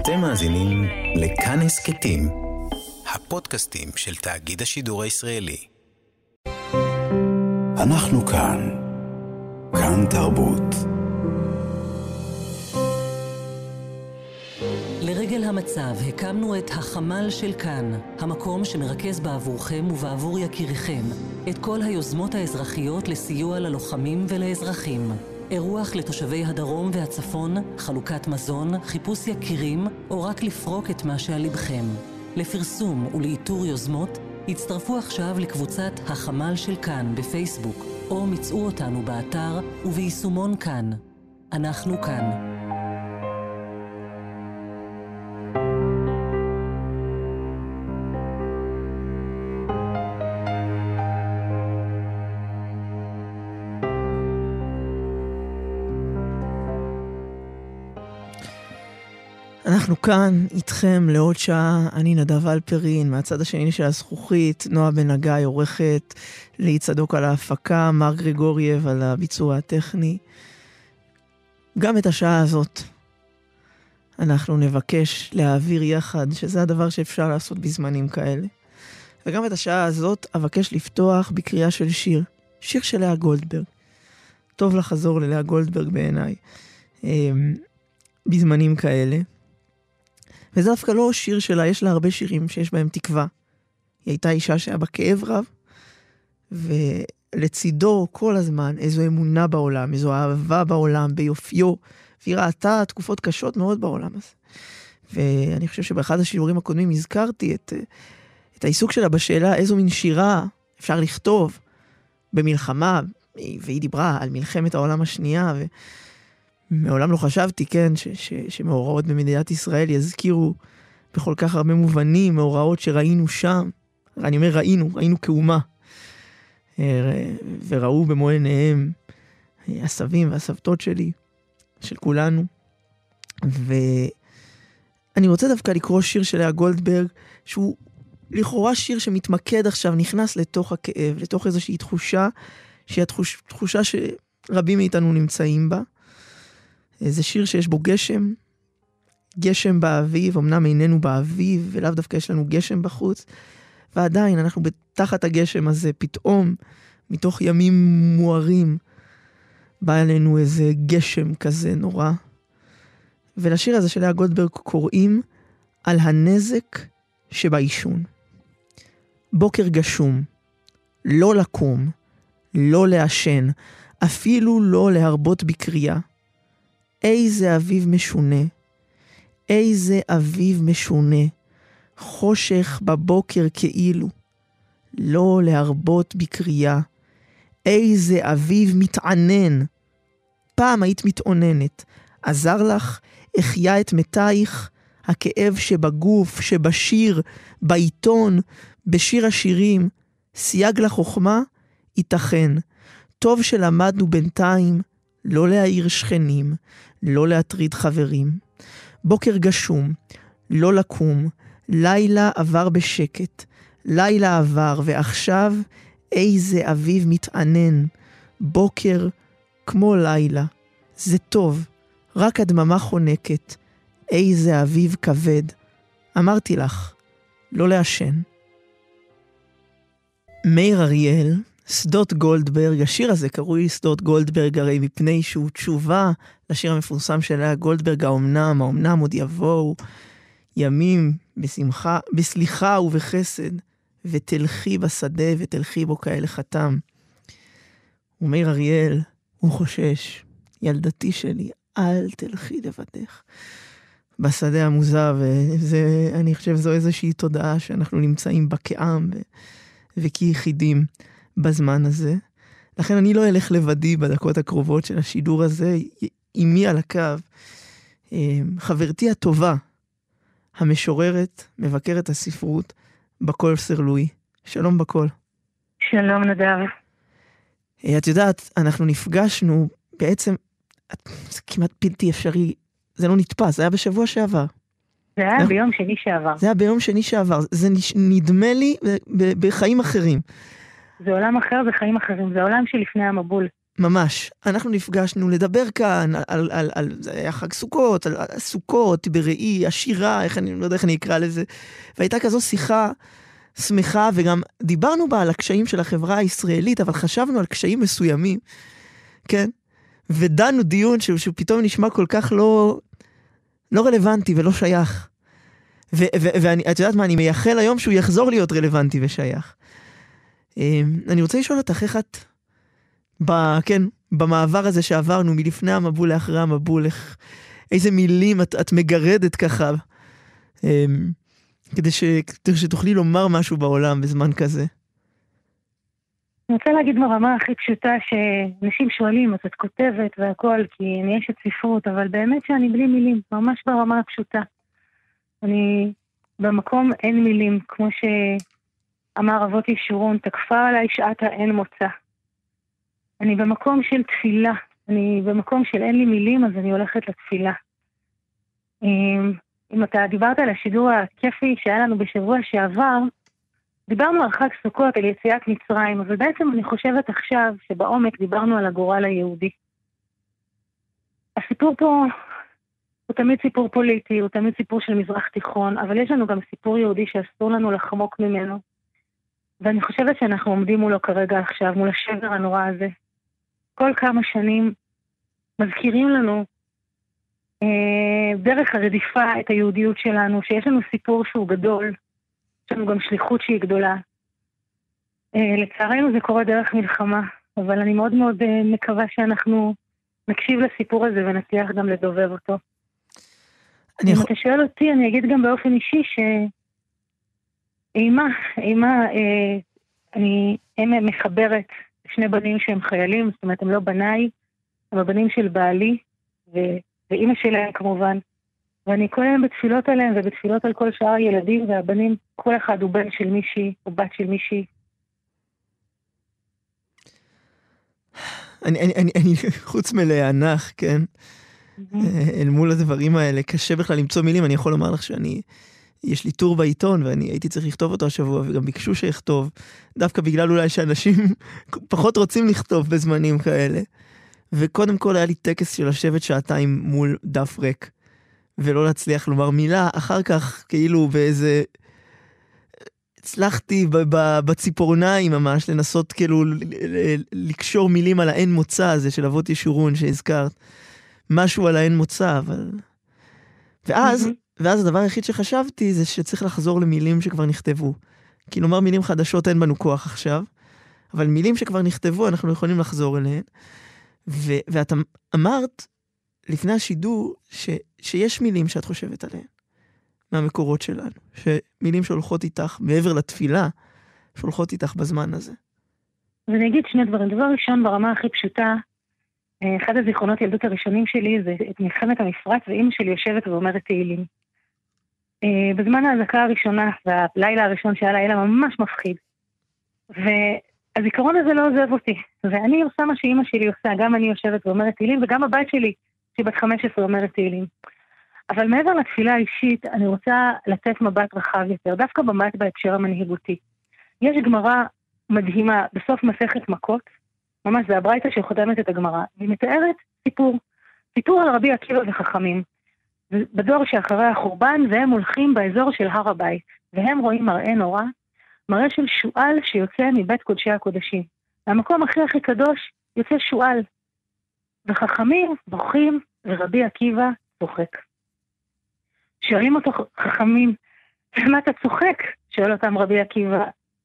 אתם מאזינים לכאן הסכתים, הפודקאסטים של תאגיד השידור הישראלי. אנחנו כאן, כאן תרבות. לרגל המצב הקמנו את החמ"ל של כאן, המקום שמרכז בעבורכם ובעבור יקיריכם את כל היוזמות האזרחיות לסיוע ללוחמים ולאזרחים. אירוח לתושבי הדרום והצפון, חלוקת מזון, חיפוש יקירים או רק לפרוק את מה שעל לבכם. לפרסום ולאיתור יוזמות, הצטרפו עכשיו לקבוצת החמ"ל של כאן בפייסבוק, או מצאו אותנו באתר וביישומון כאן. אנחנו כאן. אנחנו כאן איתכם לעוד שעה. אני נדב אלפרין, מהצד השני של הזכוכית, נועה בן הגיא עורכת, לי צדוק על ההפקה, מר גרגורייב על הביצוע הטכני. גם את השעה הזאת אנחנו נבקש להעביר יחד, שזה הדבר שאפשר לעשות בזמנים כאלה. וגם את השעה הזאת אבקש לפתוח בקריאה של שיר של לאה גולדברג. טוב לחזור ללאה גולדברג בעיניי, בזמנים כאלה. וזה דווקא לא שיר שלה, יש לה הרבה שירים שיש בהם תקווה. היא הייתה אישה שהיה בה כאב רב, ולצידו כל הזמן איזו אמונה בעולם, איזו אהבה בעולם, ביופיו, והיא ראתה תקופות קשות מאוד בעולם הזה. ואני חושב שבאחד השיעורים הקודמים הזכרתי את העיסוק שלה בשאלה איזו מין שירה אפשר לכתוב במלחמה, והיא דיברה על מלחמת העולם השנייה, מעולם לא חשבתי, כן, שמאורעות במדינת ישראל יזכירו בכל כך הרבה מובנים, מאורעות שראינו שם. אני אומר ראינו כאומה. וראו במו עיניהם הסבים והסבתות שלי, של כולנו. ואני רוצה דווקא לקרוא שיר של לאה גולדברג, שהוא לכאורה שיר שמתמקד עכשיו, נכנס לתוך הכאב, לתוך איזושהי תחושה, שהיא תחושה שרבים מאיתנו נמצאים בה. זה שיר שיש בו גשם באביב, אמנם איננו באביב, ולאו דווקא יש לנו גשם בחוץ, ועדיין אנחנו בתחת הגשם הזה, פתאום, מתוך ימים מוארים, בא אלינו איזה גשם כזה נורא. ולשיר הזה של לאה גולדברג קוראים על הנזק שבעישון. בוקר גשום, לא לקום, לא לעשן, אפילו לא להרבות בקריאה. איזה אביב משונה, איזה אביב משונה, חושך בבוקר כאילו, לא להרבות בקריאה. איזה אביב מתענן, פעם היית מתעוננת, עזר לך, החיה את מתייך, הכאב שבגוף, שבשיר, בעיתון, בשיר השירים, סייג לחוכמה, ייתכן, טוב שלמדנו בינתיים, לא להעיר שכנים, לא להטריד חברים. בוקר גשום, לא לקום, לילה עבר בשקט, לילה עבר ועכשיו איזה אביב מתענן, בוקר כמו לילה, זה טוב, רק הדממה חונקת, איזה אביב כבד, אמרתי לך, לא לעשן. מאיר אריאל, שדות גולדברג, השיר הזה קרוי שדות גולדברג הרי מפני שהוא תשובה לשיר המפורסם של לאה גולדברג, האומנם עוד יבואו ימים בסליחה ובחסד, ותלכי בשדה ותלכי בו כאלה חתם. ומאיר אריאל, הוא חושש, ילדתי שלי, אל תלכי לבדך בשדה המוזר, ואני חושב זו איזושהי תודעה שאנחנו נמצאים בה כעם וכיחידים בזמן הזה. לכן אני לא אלך לבדי בדקות הקרובות של השידור הזה. עמי על הקו חברתי הטובה, המשוררת, מבקרת הספרות, בקול סרלוי. שלום בקול. שלום נדב. את יודעת, אנחנו נפגשנו בעצם, זה כמעט בלתי אפשרי, זה לא נתפס, זה היה בשבוע שעבר. זה היה ביום שני שעבר. זה היה ביום שני שעבר, זה נדמה לי בחיים אחרים. זה עולם אחר, זה חיים אחרים, זה עולם שלפני המבול. ממש. אנחנו נפגשנו לדבר כאן זה היה חג סוכות, על סוכות בראי, השירה, אני לא יודע איך אני אקרא לזה. והייתה כזו שיחה שמחה, וגם דיברנו בה על הקשיים של החברה הישראלית, אבל חשבנו על קשיים מסוימים, כן? ודנו דיון שהוא פתאום נשמע כל כך לא רלוונטי ולא שייך. ואת יודעת מה, אני מייחל היום שהוא יחזור להיות רלוונטי ושייך. אני רוצה לשאול אותך איך את, במעבר הזה שעברנו, מלפני המבול לאחרי המבול, איזה מילים את מגרדת ככה, כדי שתוכלי לומר משהו בעולם בזמן כזה. אני רוצה להגיד ברמה הכי פשוטה שאנשים שואלים, אז את כותבת והכל, כי אני אשת ספרות, אבל באמת שאני בלי מילים, ממש ברמה הפשוטה. אני במקום אין מילים, כמו שאמר אבות ישורון, תקפה עליי שעת האין מוצא. אני במקום של תפילה, אני במקום של אין לי מילים, אז אני הולכת לתפילה. אם אתה דיברת על השידור הכיפי שהיה לנו בשבוע שעבר, דיברנו על חג סוכות, על יציאת מצרים, אבל בעצם אני חושבת עכשיו שבעומק דיברנו על הגורל היהודי. הסיפור פה הוא תמיד סיפור פוליטי, הוא תמיד סיפור של מזרח תיכון, אבל יש לנו גם סיפור יהודי שאסור לנו לחמוק ממנו. ואני חושבת שאנחנו עומדים מולו כרגע עכשיו, מול השבר הנורא הזה. כל כמה שנים מזכירים לנו דרך הרדיפה את היהודיות שלנו, שיש לנו סיפור שהוא גדול, יש לנו גם שליחות שהיא גדולה. לצערנו זה קורה דרך מלחמה, אבל אני מאוד מאוד מקווה שאנחנו נקשיב לסיפור הזה ונצליח גם לדובב אותו. אם אתה שואל אותי, אני אגיד גם באופן אישי שאימה, אני מחברת שני בנים שהם חיילים, זאת אומרת הם לא בניי, הם הבנים של בעלי ואימא שלהם כמובן, ואני כל היום בתפילות עליהם ובתפילות על כל שאר הילדים והבנים, כל אחד הוא בן של מישהי או בת של מישהי. אני חוץ מלהנח, כן? אל מול הדברים האלה, קשה בכלל למצוא מילים. אני יכול לומר לך יש לי טור בעיתון, ואני הייתי צריך לכתוב אותו השבוע, וגם ביקשו שיכתוב, דווקא בגלל אולי שאנשים פחות רוצים לכתוב בזמנים כאלה. וקודם כל היה לי טקס של לשבת שעתיים מול דף ריק, ולא להצליח לומר מילה. אחר כך, כאילו באיזה, הצלחתי בציפורניים ממש, לנסות כאילו לקשור מילים על האין מוצא הזה של אבות ישורון שהזכרת. משהו על האין מוצא, אבל... ואז הדבר היחיד שחשבתי זה שצריך לחזור למילים שכבר נכתבו. כי לומר מילים חדשות אין בנו כוח עכשיו, אבל מילים שכבר נכתבו אנחנו יכולים לחזור אליהן. ואת אמרת לפני השידור שיש מילים שאת חושבת עליהן, מהמקורות שלנו, שמילים שהולכות איתך, מעבר לתפילה, שהולכות איתך בזמן הזה. ואני אגיד שני דברים. דבר ראשון, ברמה הכי פשוטה, אחד הזיכרונות ילדות הראשונים שלי זה את מלחמת המפרץ, ואמא שלי יושבת ואומרת תהילים. בזמן ההזקה הראשונה, והלילה הראשון שהיה לילה ממש מפחיד. והזיכרון הזה לא עוזב אותי. ואני עושה מה שאמא שלי עושה, גם אני יושבת ואומרת תהילים, וגם הבת שלי, שהיא בת 15, אומרת תהילים. אבל מעבר לתפילה האישית, אני רוצה לתת מבט רחב יותר, דווקא במבט בהקשר המנהיגותי. יש גמרא מדהימה בסוף מסכת מכות, ממש זה הברייתא שחותמת את הגמרא, והיא מתארת סיפור על רבי עקיבא וחכמים, בדור שאחרי החורבן, והם הולכים באזור של הר הבית, והם רואים מראה נורא, מראה של שואל שיוצא מבית קודשי הקודשים. מהמקום הכי קדוש יוצא שואל, וחכמים בוכים, ורבי עקיבא צוחק. שואלים אותו חכמים, למה אתה צוחק? שואל אותם רבי עקיבא,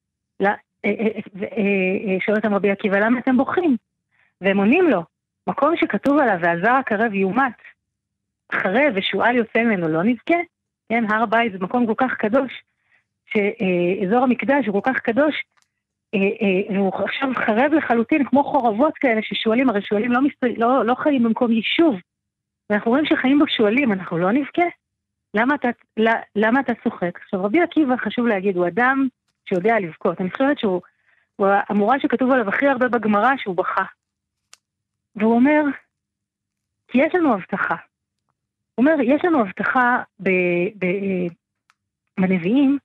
למה אתם בוכים? והם עונים לו, מקום שכתוב עליו, והזר הקרב יומת, חרב ושואל יוצא ממנו, לא נזכה? כן, הר הבית זה מקום כל כך קדוש, שאזור המקדש הוא כל כך קדוש, והוא עכשיו חרב לחלוטין, כמו חורבות כאלה ששואלים, הרי שואלים לא חיים במקום יישוב, ואנחנו רואים שחיים בו שואלים, אנחנו לא נזכה? למה אתה צוחק? עכשיו רבי עקיבא, חשוב להגיד, הוא אדם שיודע לבכות. אני חושבת שהוא המורה שכתוב עליו הכי הרבה בגמרא שהוא בכה. והוא אומר, כי יש לנו הבטחה. הוא אומר, יש לנו הבטחה בנביאים,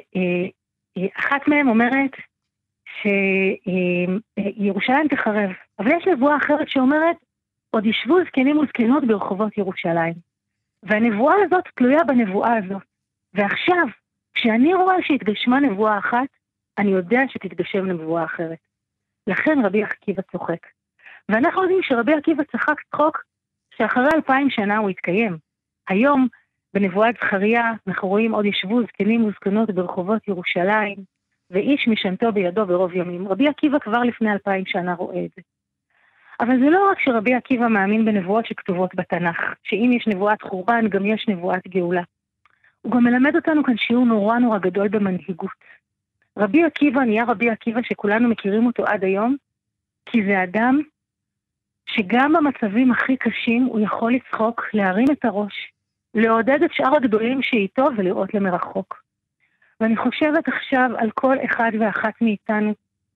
שאחת מהם אומרת שירושלים תחרב. אבל יש נבואה אחרת שאומרת, עוד ישבו זקנים וזקנות ברחובות ירושלים. והנבואה הזאת תלויה בנבואה הזאת. ועכשיו, כשאני רואה שהתגשמה נבואה אחת, אני יודע שתתגשם נבואה אחרת. לכן רבי עקיבא צוחק. ואנחנו יודעים שרבי עקיבא צחק צחוק שאחרי 2000 שנה הוא התקיים. היום, בנבואת זכריה, אנחנו רואים עוד ישבו זקנים וזקנות ברחובות ירושלים, ואיש משנתו בידו ברוב ימים. רבי עקיבא כבר לפני 2000 שנה רואה את זה. אבל זה לא רק שרבי עקיבא מאמין בנבואות שכתובות בתנ"ך, שאם יש נבואת חורבן, גם יש נבואת גאולה. הוא גם מלמד אותנו כאן שיעור נורא גדול במנהיגות. רבי עקיבא נהיה רבי עקיבא שכולנו מכירים אותו עד היום, כי זה אדם שגם במצבים הכי קשים הוא יכול לצחוק, להרים את הראש, לעודד את שאר הגדולים שאיתו ולראות למרחוק. ואני חושבת עכשיו על כל אחד ואחת מאיתנו.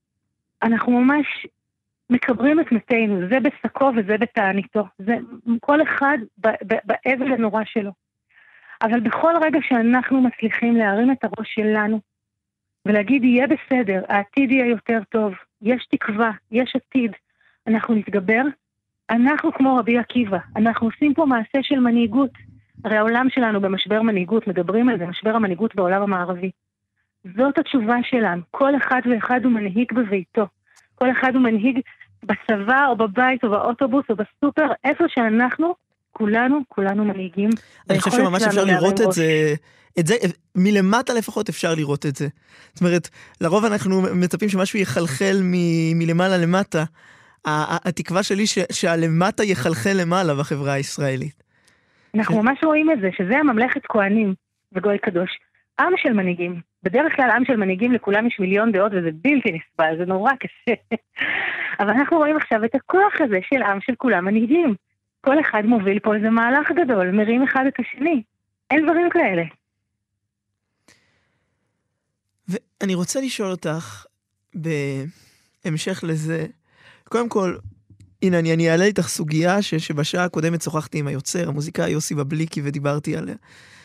אנחנו ממש מקברים את מתינו, זה בסקו וזה בתעניתו. זה כל אחד באבל הנורא שלו. אבל בכל רגע שאנחנו מצליחים להרים את הראש שלנו, ולהגיד יהיה בסדר, העתיד יהיה יותר טוב, יש תקווה, יש עתיד, אנחנו נתגבר, אנחנו כמו רבי עקיבא, אנחנו עושים פה מעשה של מנהיגות. הרי העולם שלנו במשבר מנהיגות, מדברים על זה, משבר המנהיגות בעולם המערבי. זאת התשובה שלנו, כל אחד ואחד הוא מנהיג בביתו, כל אחד הוא מנהיג בצבא או בבית או באוטובוס או בסופר, איפה שאנחנו, כולנו מנהיגים. אני חושב שממש אפשר לראות את זה, מלמטה לפחות אפשר לראות את זה. זאת אומרת, לרוב אנחנו מצפים שמשהו יחלחל מלמעלה למטה. התקווה שלי שהלמטה יחלחל למעלה בחברה הישראלית. אנחנו ממש רואים את זה, שזה הממלכת כהנים וגוי קדוש. עם של מנהיגים. בדרך כלל עם של מנהיגים לכולם יש מיליון דעות, וזה בלתי נסבל, זה נורא קשה. אבל אנחנו רואים עכשיו את הכוח הזה של עם של כולם מנהיגים. כל אחד מוביל פה איזה מהלך גדול, מרים אחד את השני. אין דברים כאלה. ואני רוצה לשאול אותך, בהמשך לזה, קודם כל, הנה, אני אעלה איתך סוגיה שבשעה הקודמת שוחחתי עם היוצר, המוזיקאי יוסי בבליקי, ודיברתי עליה.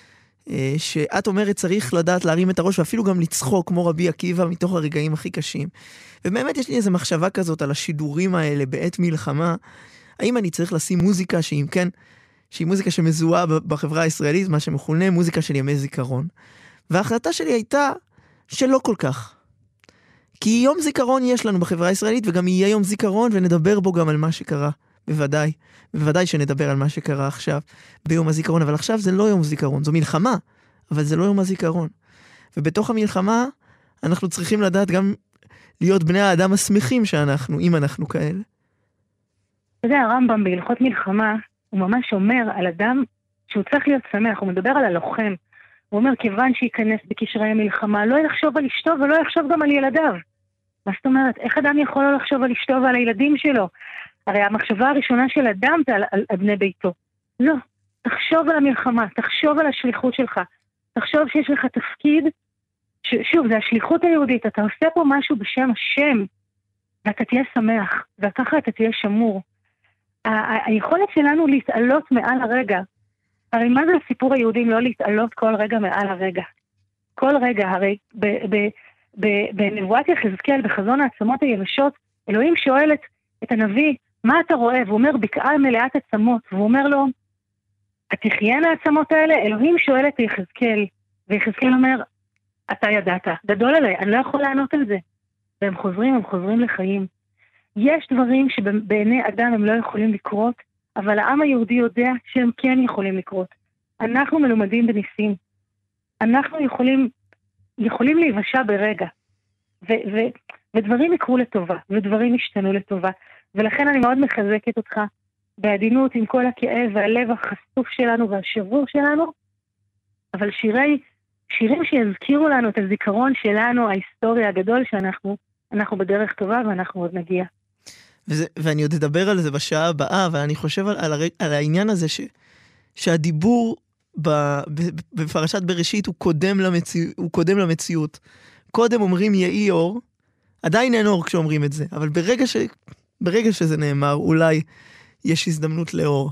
שאת אומרת צריך לדעת להרים את הראש, ואפילו גם לצחוק כמו רבי עקיבא מתוך הרגעים הכי קשים. ובאמת יש לי איזו מחשבה כזאת על השידורים האלה בעת מלחמה. האם אני צריך לשים מוזיקה שהיא מוזיקה שמזוהה בחברה הישראלית, מה שמכונה מוזיקה של ימי זיכרון. וההחלטה שלי הייתה שלא כל כך. כי יום זיכרון יש לנו בחברה הישראלית, וגם יהיה יום זיכרון, ונדבר בו גם על מה שקרה. בוודאי שנדבר על מה שקרה עכשיו ביום הזיכרון, אבל עכשיו זה לא יום זיכרון, זו מלחמה, אבל זה לא יום הזיכרון. ובתוך המלחמה אנחנו צריכים לדעת גם להיות בני האדם השמחים שאנחנו, אם אנחנו כאלה. אתה יודע, הרמב"ם בהלכות מלחמה, הוא ממש אומר על אדם שהוא צריך להיות שמח, הוא מדבר על הלוחם. הוא אומר, כיוון שייכנס בקשרי המלחמה, לא יחשוב על אשתו ולא יחשוב גם על ילדיו. מה זאת אומרת? איך אדם יכול לא לחשוב על אשתו ועל הילדים שלו? הרי המחשבה הראשונה של אדם זה על בני ביתו. לא, תחשוב על המלחמה, תחשוב על השליחות שלך, תחשוב שיש לך תפקיד, שוב, זה השליחות היהודית, אתה עושה פה משהו בשם השם, ואתה תהיה שמח, וככה אתה תהיה שמור. היכולת שלנו להתעלות מעל הרגע, הרי מה זה הסיפור היהודי לא להתעלות כל רגע מעל הרגע? כל רגע, הרי בנבואת יחזקאל, בחזון העצמות היבשות, אלוהים שואל את הנביא, מה אתה רואה? והוא אומר, בקעה מלאת עצמות. והוא אומר לו, התחיינה העצמות האלה? אלוהים שואל את יחזקאל, ויחזקאל אומר, אתה ידעת, גדול עליי, אני לא יכול לענות על זה. והם חוזרים לחיים. יש דברים שבעיני אדם הם לא יכולים לקרות, אבל העם היהודי יודע שהם כן יכולים לקרות. אנחנו מלומדים בניסים. אנחנו יכולים להיוושע ברגע. ודברים יקרו לטובה, ודברים ישתנו לטובה. ולכן אני מאוד מחזקת אותך בעדינות עם כל הכאב והלב החשוף שלנו והשבור שלנו, אבל שירים שיזכירו לנו את הזיכרון שלנו, ההיסטוריה הגדול שאנחנו בדרך טובה ואנחנו עוד נגיע. ואני עוד אדבר על זה בשעה הבאה, אבל אני חושב על העניין הזה שהדיבור בפרשת בראשית הוא קודם למציאות. קודם אומרים יהי אור, עדיין אין אור כשאומרים את זה, אבל ברגע שזה נאמר, אולי יש הזדמנות לאור.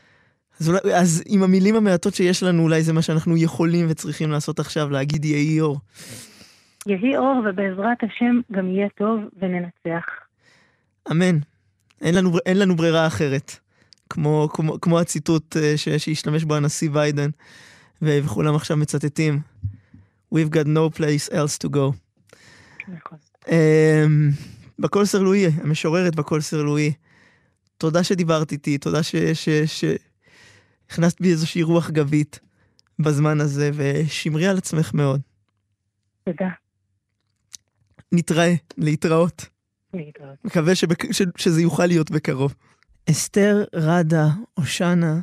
אז עם המילים המעטות שיש לנו, אולי זה מה שאנחנו יכולים וצריכים לעשות עכשיו, להגיד יהי אור. יהי אור, ובעזרת השם גם יהיה טוב וננצח. אמן. אין לנו ברירה אחרת. כמו הציטוט שהשתמש בו הנשיא ביידן, וכולם עכשיו מצטטים. We've got no place else to go. נכון. בקול סר לואי, המשוררת בקול סר לואי, תודה שדיברת איתי, תודה שהכנסת בי איזושהי רוח גבית בזמן הזה, ושמרי על עצמך מאוד. תודה. נתראה, להתראות. להתראות. מקווה שזה יוכל להיות בקרוב. אסתר, רדה, אושנה,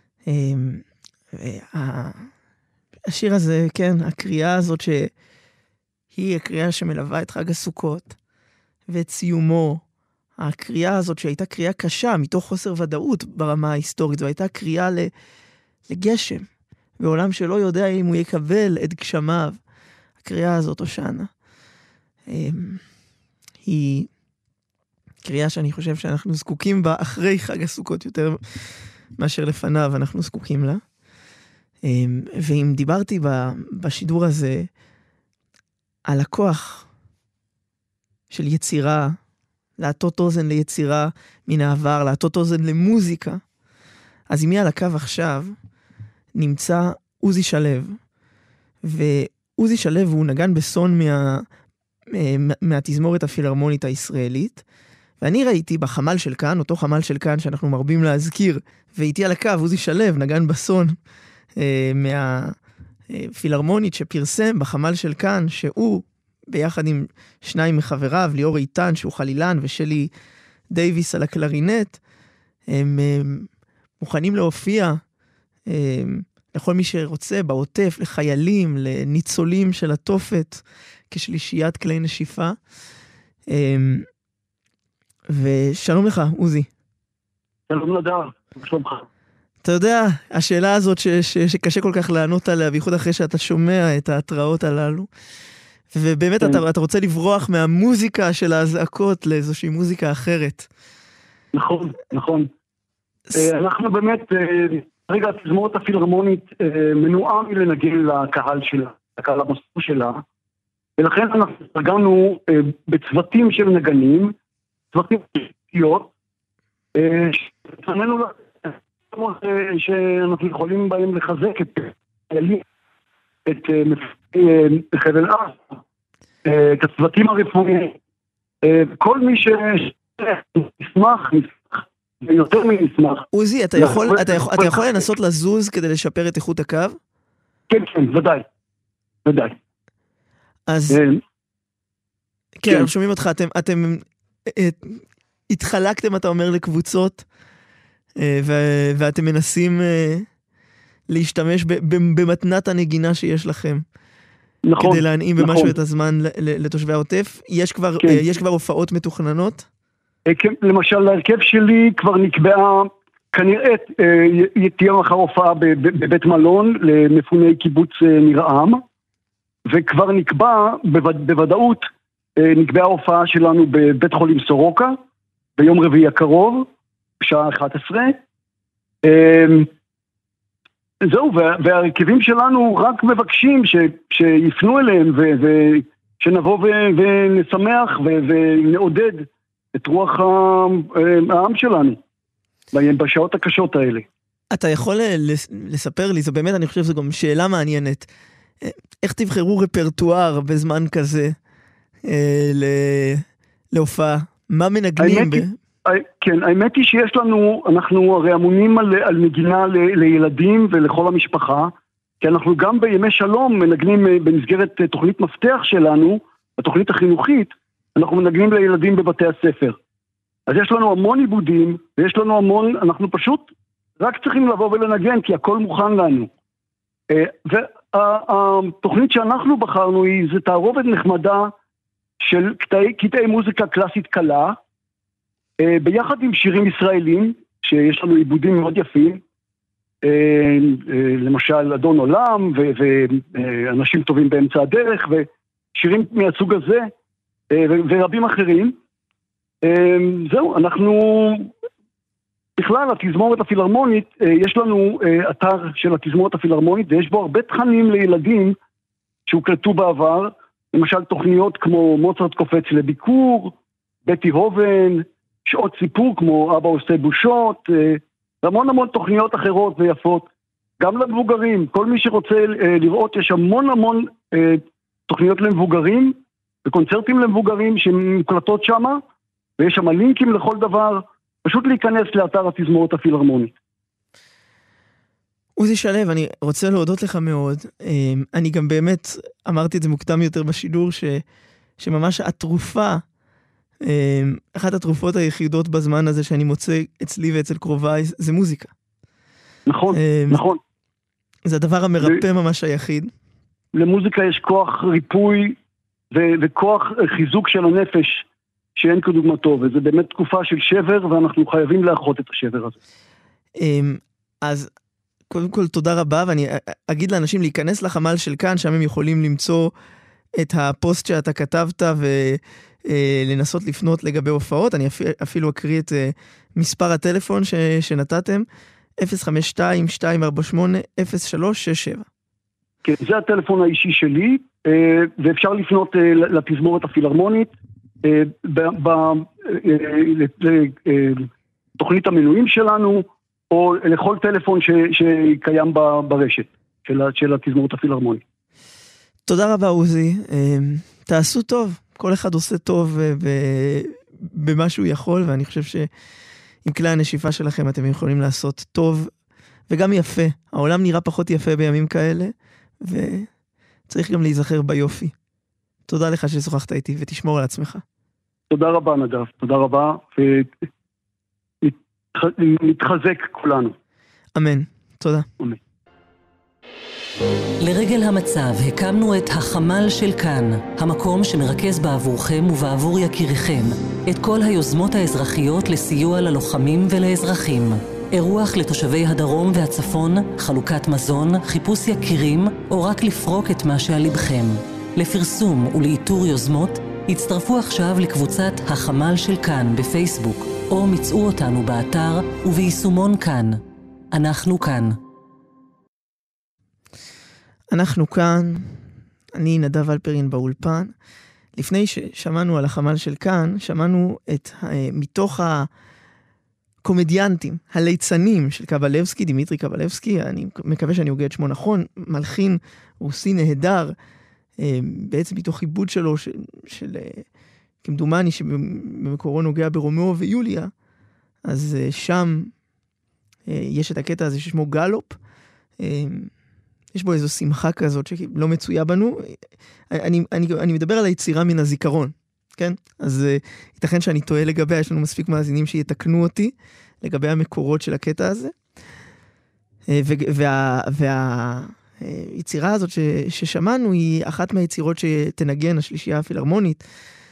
השיר הזה, כן, הקריאה הזאת שהיא הקריאה שמלווה את חג הסוכות ואת סיומו, הקריאה הזאת שהייתה קריאה קשה מתוך חוסר ודאות ברמה ההיסטורית, והייתה קריאה לגשם, בעולם שלא יודע אם הוא יקבל את גשמיו. הקריאה הזאת, אושנה, היא קריאה שאני חושב שאנחנו זקוקים בה אחרי חג הסוכות יותר מאשר לפניו, אנחנו זקוקים לה. ואם דיברתי בשידור הזה על הכוח של יצירה, להטות אוזן ליצירה מן העבר, להטות אוזן למוזיקה, אז עמי על הקו עכשיו נמצא עוזי שלו, ועוזי שלו הוא נגן בסון מהתזמורת הפילהרמונית הישראלית, ואני ראיתי בחמ"ל של כאן, אותו חמ"ל של כאן שאנחנו מרבים להזכיר, ואיתי על הקו עוזי שלו, נגן בסון מהפילהרמונית שפרסם בחמ"ל של כאן, שהוא ביחד עם שניים מחבריו, ליאור איתן שהוא חלילן ושלי דייביס על הקלרינט, הם מוכנים להופיע לכל מי שרוצה בעוטף, לחיילים, לניצולים של התופת, כשלישיית כלי נשיפה. ושלום לך, עוזי. שלום נדב, שלומך. אתה יודע, השאלה הזאת שקשה כל כך לענות עליה, בייחוד אחרי שאתה שומע את ההתראות הללו, ובאמת אתה רוצה לברוח מהמוזיקה של ההזעקות לאיזושהי מוזיקה אחרת. נכון, נכון. אנחנו באמת, רגע, התזמורת הפילהרמונית מנועה מלנגן לקהל שלה, לקהל המסור שלה, ולכן אנחנו ארגנו בצוותים של נגנים, צוותים פרטיות, שאנחנו יכולים בהם לחזק את חבל עזה, את הצוותים הרפואיים, כל מי שישמח, ויותר מנשמח. עוזי, אתה יכול לנסות לזוז כדי לשפר את איכות הקו? כן, כן, ודאי. ודאי. אז כן, אנחנו שומעים אותך, אתם התחלקתם, אתה אומר, לקבוצות, ואתם מנסים להשתמש במתנת הנגינה שיש לכם. נכון. כדי להנעים במשהו את הזמן לתושבי העוטף. יש כבר הופעות מתוכננות? למשל, להרכב שלי כבר נקבעה, כנראה תהיה מחר הופעה בבית מלון למפוני קיבוץ ניר-עם, וכבר נקבע, בוודאות, נקבעה ההופעה שלנו בבית חולים סורוקה, ביום רביעי הקרוב, בשעה 11. זהו, והרכבים שלנו רק מבקשים שיפנו אליהם, ושנבוא ונשמח ונעודד את רוח העם שלנו, בשעות הקשות האלה. אתה יכול לספר לי, זה באמת, אני חושב, זו גם שאלה מעניינת, איך תבחרו רפרטואר בזמן כזה להופעה? מה מנגנים? כן, האמת היא שיש לנו, אנחנו הרי אמונים על נגינה לילדים ולכל המשפחה, כי אנחנו גם בימי שלום מנגנים במסגרת תוכנית מפתח שלנו, התוכנית החינוכית, אנחנו מנגנים לילדים בבתי הספר. אז יש לנו המון עיבודים, ויש לנו המון, אנחנו פשוט רק צריכים לבוא ולנגן, כי הכל מוכן לנו. והתוכנית שאנחנו בחרנו זה תערובת נחמדה של קטעי מוזיקה קלאסית קלה, ביחד עם שירים ישראלים, שיש לנו עיבודים מאוד יפים, למשל אדון עולם, ואנשים טובים באמצע הדרך, ושירים מהסוג הזה, ורבים אחרים. זהו, אנחנו, בכלל, התזמורת הפילהרמונית, יש לנו אתר של התזמורת הפילהרמונית, ויש בו הרבה תכנים לילדים שהוקלטו בעבר, למשל תוכניות כמו מוצרט קופץ לביקור, בטי הובן, שעות סיפור כמו אבא עושה בושות, והמון תוכניות אחרות ויפות. גם למבוגרים, כל מי שרוצה לראות, יש המון תוכניות למבוגרים, וקונצרטים למבוגרים שמוקלטות שם, ויש שם לינקים לכל דבר, פשוט להיכנס לאתר התזמורת הפילהרמונית. עוזי שלו, אני רוצה להודות לך מאוד. אני גם באמת אמרתי את זה מוקדם יותר בשידור, שממש התרופה, אחת התרופות היחידות בזמן הזה שאני מוצא אצלי ואצל קרוביי, זה מוזיקה. נכון, נכון. זה הדבר המרפא ממש היחיד. למוזיקה יש כוח ריפוי וכוח חיזוק של הנפש שאין כדוגמתו, וזה באמת תקופה של שבר, ואנחנו חייבים לאחות את השבר הזה. אז קודם כל תודה רבה, ואני אגיד לאנשים להיכנס לחמ"ל של כאן, שם הם יכולים למצוא את הפוסט שאתה כתבת ולנסות לפנות לגבי הופעות. אני אפילו אקריא את מספר הטלפון שנתתם, 052-248-0367. כן, זה הטלפון האישי שלי, ואפשר לפנות לתזמורת הפילהרמונית, לתוכנית המנויים שלנו, או לכל טלפון שקיים ברשת של התזמורת הפילהרמונית. תודה רבה עוזי, תעשו טוב, כל אחד עושה טוב במה שהוא יכול, ואני חושב שעם כלי הנשיפה שלכם אתם יכולים לעשות טוב וגם יפה. העולם נראה פחות יפה בימים כאלה, וצריך גם להיזכר ביופי. תודה לך ששוחחת איתי, ותשמור על עצמך. תודה רבה נדב, תודה רבה, ונתחזק כולנו. אמן, תודה. אמן. לרגל המצב הקמנו את החמ"ל של כאן, המקום שמרכז בעבורכם ובעבור יקיריכם את כל היוזמות האזרחיות לסיוע ללוחמים ולאזרחים. אירוח לתושבי הדרום והצפון, חלוקת מזון, חיפוש יקירים, או רק לפרוק את מה שעל לבכם. לפרסום ולאיתור יוזמות, הצטרפו עכשיו לקבוצת החמ"ל של כאן בפייסבוק, או מצאו אותנו באתר וביישומון כאן. אנחנו כאן. אנחנו כאן, אני נדב אלפרין באולפן. לפני ששמענו על החמ"ל של כאן, שמענו מתוך הקומדיאנטים, הליצנים של קבלבסקי, דימיטרי קבלבסקי, אני מקווה שאני הוגה את שמו נכון, מלחין רוסי נהדר, בעצם מתוך עיבוד שלו, של כמדומני שבמקורו נוגע ברומאו ויוליה, אז שם יש את הקטע הזה ששמו גלופ, יש בו איזו שמחה כזאת שלא מצויה בנו. אני מדבר על היצירה מן הזיכרון, כן? אז ייתכן שאני טועה לגביה, יש לנו מספיק מאזינים שיתקנו אותי לגבי המקורות של הקטע הזה. והיצירה הזאת ששמענו היא אחת מהיצירות שתנגן השלישייה הפילהרמונית,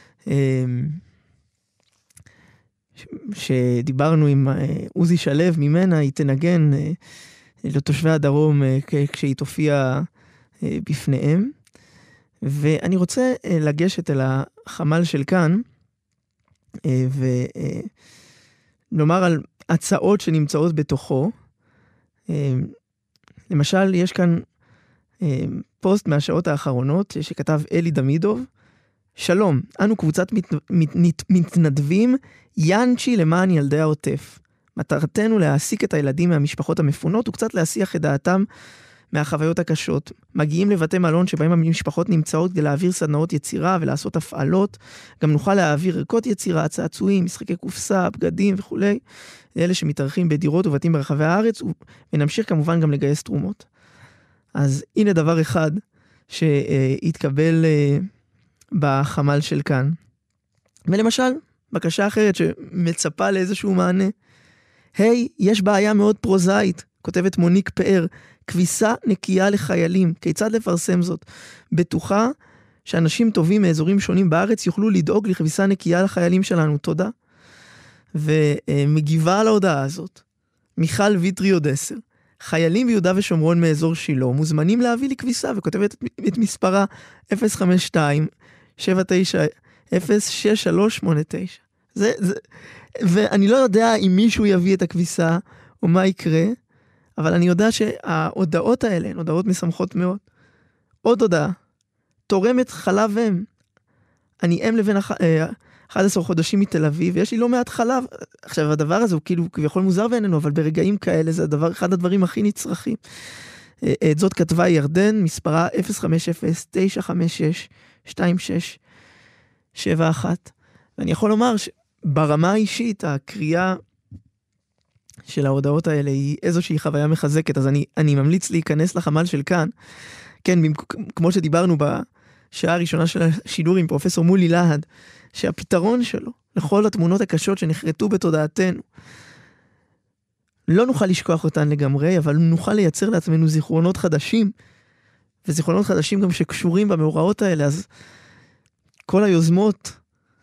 שדיברנו עם עוזי שלו ממנה, היא תנגן לתושבי הדרום כשהיא תופיע בפניהם. ואני רוצה לגשת אל החמ"ל של כאן, ולומר על הצעות שנמצאות בתוכו. למשל, יש כאן פוסט מהשעות האחרונות שכתב אלי דמידוב. שלום, אנו קבוצת מתנדבים ינצ'י למען ילדי העוטף. מטרתנו להעסיק את הילדים מהמשפחות המפונות וקצת להסיח את דעתם מהחוויות הקשות. מגיעים לבתי מלון שבהם המשפחות נמצאות כדי להעביר סדנאות יצירה ולעשות הפעלות. גם נוכל להעביר ערכות יצירה, צעצועים, משחקי קופסה, בגדים וכו'. לאלה שמתארחים בדירות ובתים ברחבי הארץ, ונמשיך כמובן גם לגייס תרומות. אז הנה דבר אחד שהתקבל בחמ"ל של כאן. ולמשל, בקשה אחרת שמצפה לאיזשהו מענה. היי, יש בעיה מאוד פרוזאית, כותבת מוניק פאר, כביסה נקייה לחיילים, כיצד לפרסם זאת? בטוחה שאנשים טובים מאזורים שונים בארץ יוכלו לדאוג לכביסה נקייה לחיילים שלנו, תודה. ומגיבה על ההודעה הזאת, מיכל ויטרי עוד 10, חיילים ביהודה ושומרון מאזור שילה מוזמנים להביא לי כביסה, וכותבת את מספרה 052-790-6389. ואני לא יודע אם מישהו יביא את הכביסה או מה יקרה, אבל אני יודע שההודעות האלה הן הודעות משמחות מאוד. עוד הודעה, תורמת חלב אם. אני אם לבן 11 חודשים מתל אביב, ויש לי לא מעט חלב. עכשיו, הדבר הזה הוא כאילו כביכול מוזר בעינינו, אבל ברגעים כאלה זה אחד הדברים הכי נצרכים. את זאת כתבה ירדן, מספרה 050-956-2671. ואני יכול לומר שברמה האישית, הקריאה של ההודעות האלה היא איזושהי חוויה מחזקת, אז אני ממליץ להיכנס לחמ"ל של כאן. כן, כמו שדיברנו בשעה הראשונה של השידור עם פרופסור מולי להד, שהפתרון שלו לכל התמונות הקשות שנחרטו בתודעתנו, לא נוכל לשכוח אותן לגמרי, אבל נוכל לייצר לעצמנו זיכרונות חדשים, וזיכרונות חדשים גם שקשורים במאורעות האלה, אז כל היוזמות,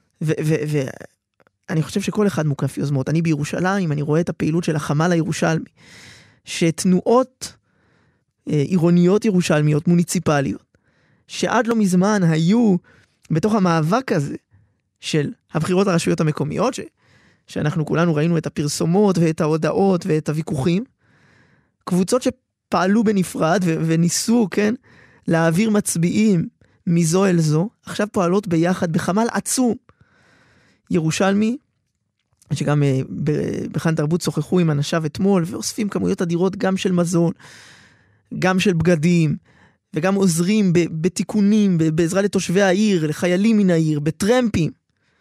ואני חושב שכל אחד מוקף יוזמות. אני בירושלים, אני רואה את הפעילות של החמ"ל הירושלמי, שתנועות עירוניות ירושלמיות, מוניציפליות, שעד לא מזמן היו בתוך המאבק הזה, של הבחירות לרשויות המקומיות, שאנחנו כולנו ראינו את הפרסומות ואת ההודעות ואת הוויכוחים, קבוצות שפעלו בנפרד וניסו, כן, להעביר מצביעים מזו אל זו, עכשיו פועלות ביחד בחמ"ל עצום. ירושלמי, שגם בכאן תרבות שוחחו עם אנשיו אתמול, ואוספים כמויות אדירות גם של מזון, גם של בגדים, וגם עוזרים בתיקונים, בעזרה לתושבי העיר, לחיילים מן העיר, בטרמפים.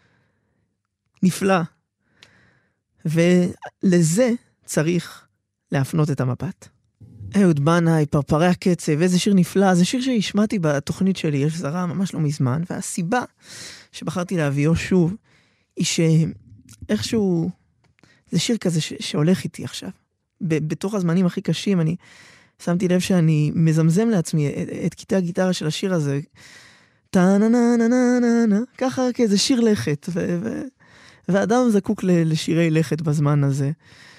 נפלא. ולזה צריך להפנות את המבט. אהוד בנאי, פרפרי הקצב, איזה שיר נפלא, זה שיר שהשמעתי בתוכנית שלי, יש זרה ממש לא מזמן, והסיבה שבחרתי להביאו שוב, היא שאיכשהו, זה שיר כזה שהולך איתי עכשיו. בתוך הזמנים הכי קשים, אני שמתי לב שאני מזמזם לעצמי את קטעי הגיטרה של השיר הזה, טה-נה-נה-נה-נה-נה, ככה כאיזה שיר לכת, ואדם זקוק לשירי לכת בזמן הזה.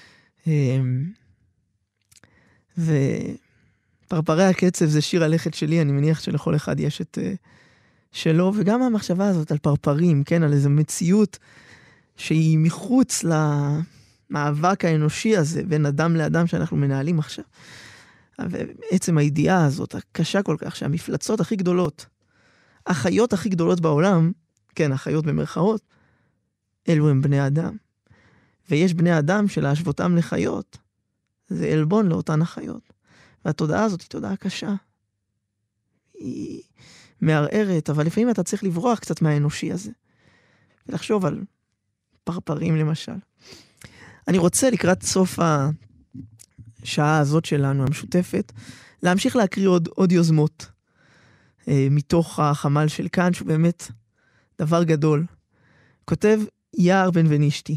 ופרפרי הקצב זה שיר הלכת שלי, אני מניח שלכל אחד יש את שלו, וגם המחשבה הזאת על פרפרים, כן, על איזו מציאות שהיא מחוץ למאבק האנושי הזה, בין אדם לאדם שאנחנו מנהלים עכשיו. ועצם הידיעה הזאת, הקשה כל כך, שהמפלצות הכי גדולות, החיות הכי גדולות בעולם, כן, החיות במרכאות, אלו הם בני אדם. ויש בני אדם שלהשוותם לחיות, זה אלבון לאותן החיות. והתודעה הזאת היא תודעה קשה. היא מערערת, אבל לפעמים אתה צריך לברוח קצת מהאנושי הזה. ולחשוב על פרפרים למשל. אני רוצה לקראת סוף השעה הזאת שלנו, המשותפת, להמשיך להקריא עוד יוזמות מתוך החמ"ל של כאן, שהוא באמת דבר גדול. כותב יער בן ונשתי.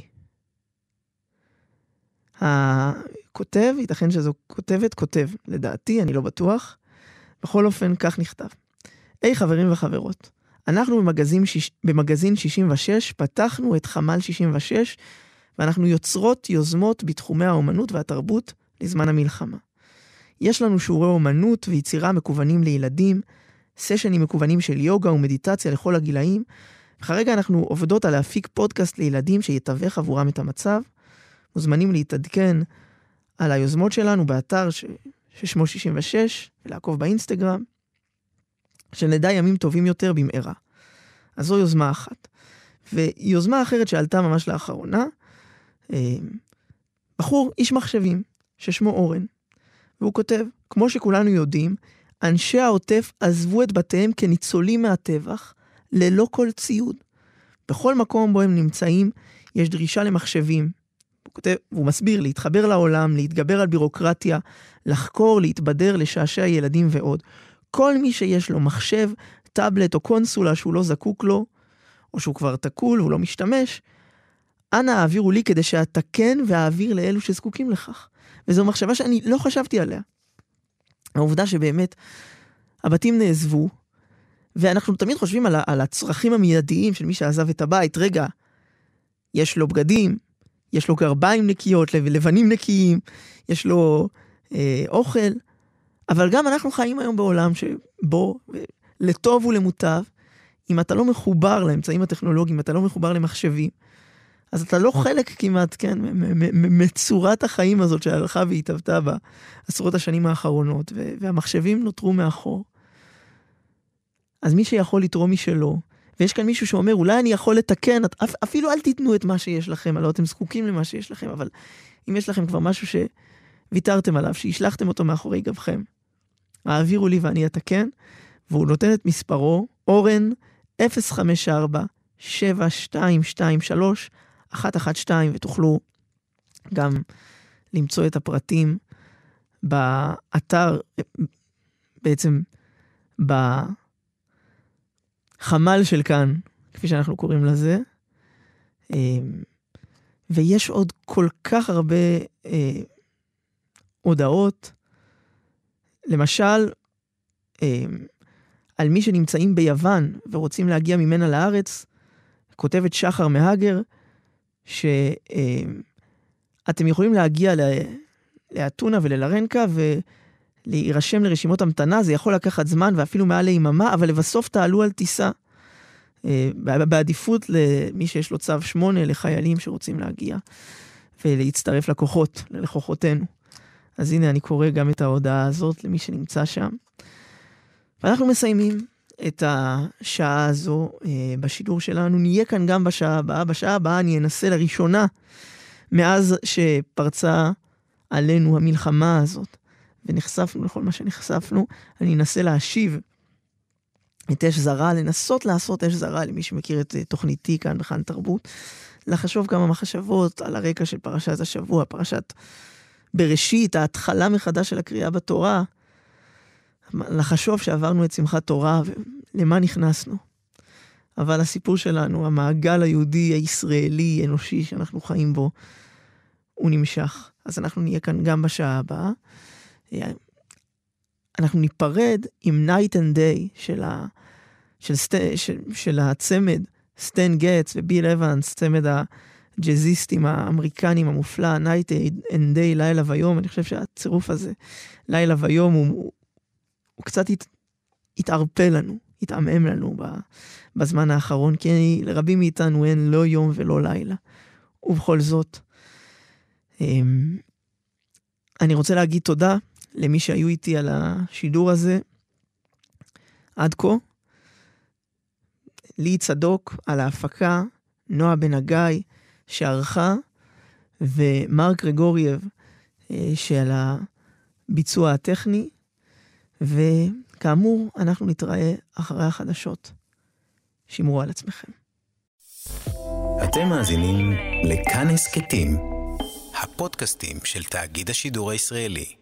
הכותב, ייתכן שזו כותב, לדעתי, אני לא בטוח. בכל אופן, כך נכתב. היי חברים וחברות, אנחנו במגזין 66 פתחנו את חמ"ל 66, ואנחנו יוצרות יוזמות בתחומי האומנות והתרבות לזמן המלחמה. יש לנו שיעורי אומנות ויצירה מקוונים לילדים, סשנים מקוונים של יוגה ומדיטציה לכל הגילאים, וכרגע אנחנו עובדות על להפיק פודקאסט לילדים שיתווך עבורם את המצב. מוזמנים להתעדכן על היוזמות שלנו באתר ששמו 66, ולעקוב באינסטגרם, שנדע ימים טובים יותר במהרה. אז זו יוזמה אחת. ויוזמה אחרת שעלתה ממש לאחרונה, בחור איש מחשבים, ששמו אורן, והוא כותב, כמו שכולנו יודעים, אנשי העוטף עזבו את בתיהם כניצולים מהטבח, ללא כל ציוד. בכל מקום בו הם נמצאים, יש דרישה למחשבים. הוא כותב, והוא מסביר, להתחבר לעולם, להתגבר על בירוקרטיה, לחקור, להתבדר, לשעשע ילדים ועוד. כל מי שיש לו מחשב, טאבלט או קונסולה שהוא לא זקוק לו, או שהוא כבר תקול והוא לא משתמש, אנא העבירו לי כדי שאתקן ואעביר לאלו שזקוקים לכך. וזו מחשבה שאני לא חשבתי עליה. העובדה שבאמת הבתים נעזבו, ואנחנו תמיד חושבים על הצרכים המיידיים של מי שעזב את הבית. רגע, יש לו בגדים, יש לו גרביים נקיות, לבנים נקיים, יש לו אוכל, אבל גם אנחנו חיים היום בעולם שבו, לטוב ולמוטב, אם אתה לא מחובר לאמצעים הטכנולוגיים, אתה לא מחובר למחשבים, אז אתה לא חלק כמעט, כן, מצורת החיים הזאת שהלכה והתהוותה בעשרות השנים האחרונות, והמחשבים נותרו מאחור. אז מי שיכול לתרום משלו, ויש כאן מישהו שאומר, אולי אני יכול לתקן, אפילו אל תיתנו את מה שיש לכם, הלא אתם זקוקים למה שיש לכם, אבל אם יש לכם כבר משהו שוויתרתם עליו, שהשלחתם אותו מאחורי גבכם, העבירו לי ואני אתקן, והוא נותן את מספרו, אורן 054-7223-112, ותוכלו גם למצוא את הפרטים באתר, בעצם בחמ"ל של כאן, כפי שאנחנו קוראים לזה, ויש עוד כל כך הרבה הודעות, למשל, על מי שנמצאים ביוון ורוצים להגיע ממנה לארץ, כותבת שחר מהגר, שאתם יכולים להגיע לאתונה וללרנקה ולהירשם לרשימות המתנה, זה יכול לקחת זמן ואפילו מעל ליממה, אבל לבסוף תעלו על טיסה, בעדיפות למי שיש לו צו 8, לחיילים שרוצים להגיע ולהצטרף ללקוחותינו. אז הנה אני קורא גם את ההודעה הזאת למי שנמצא שם. ואנחנו מסיימים את השעה הזו בשידור שלנו. נהיה כאן גם בשעה הבאה. בשעה הבאה אני אנסה לראשונה, מאז שפרצה עלינו המלחמה הזאת, ונחשפנו לכל מה שנחשפנו, אני אנסה להשיב את אש זרה, לנסות לעשות אש זרה, למי שמכיר את תוכניתי כאן בכאן תרבות, לחשוב כמה מחשבות על הרקע של פרשת השבוע, פרשת בראשית, ההתחלה מחדש של הקריאה בתורה, לחשוב שעברנו את שמחת תורה ולמה נכנסנו. אבל הסיפור שלנו, המעגל היהודי, הישראלי, אנושי שאנחנו חיים בו, הוא נמשך. אז אנחנו נהיה כאן גם בשעה הבאה. אנחנו ניפרד עם Night and Day של הצמד סטן גטס וביל אבנס, צמד הג'זיסטים האמריקנים המופלא, Night and Day, לילה ויום. אני חושב שהצירוף הזה, לילה ויום, הוא קצת התערפל לנו, התעמם לנו בזמן האחרון, כי לרבים מאיתנו אין לא יום ולא לילה. ובכל זאת, אני רוצה להגיד תודה למי שהיו איתי על השידור הזה עד כה. לי צדוק על ההפקה, נועה בן הגיא שערכה, ומרק גרגורייב שעל הביצוע הטכני, וכאמור אנחנו נתראה אחרי החדשות. שמרו על עצמכם. אתם מאזינים לכאן הסכתים, הפודקאסטים של תאגיד השידור הישראלי.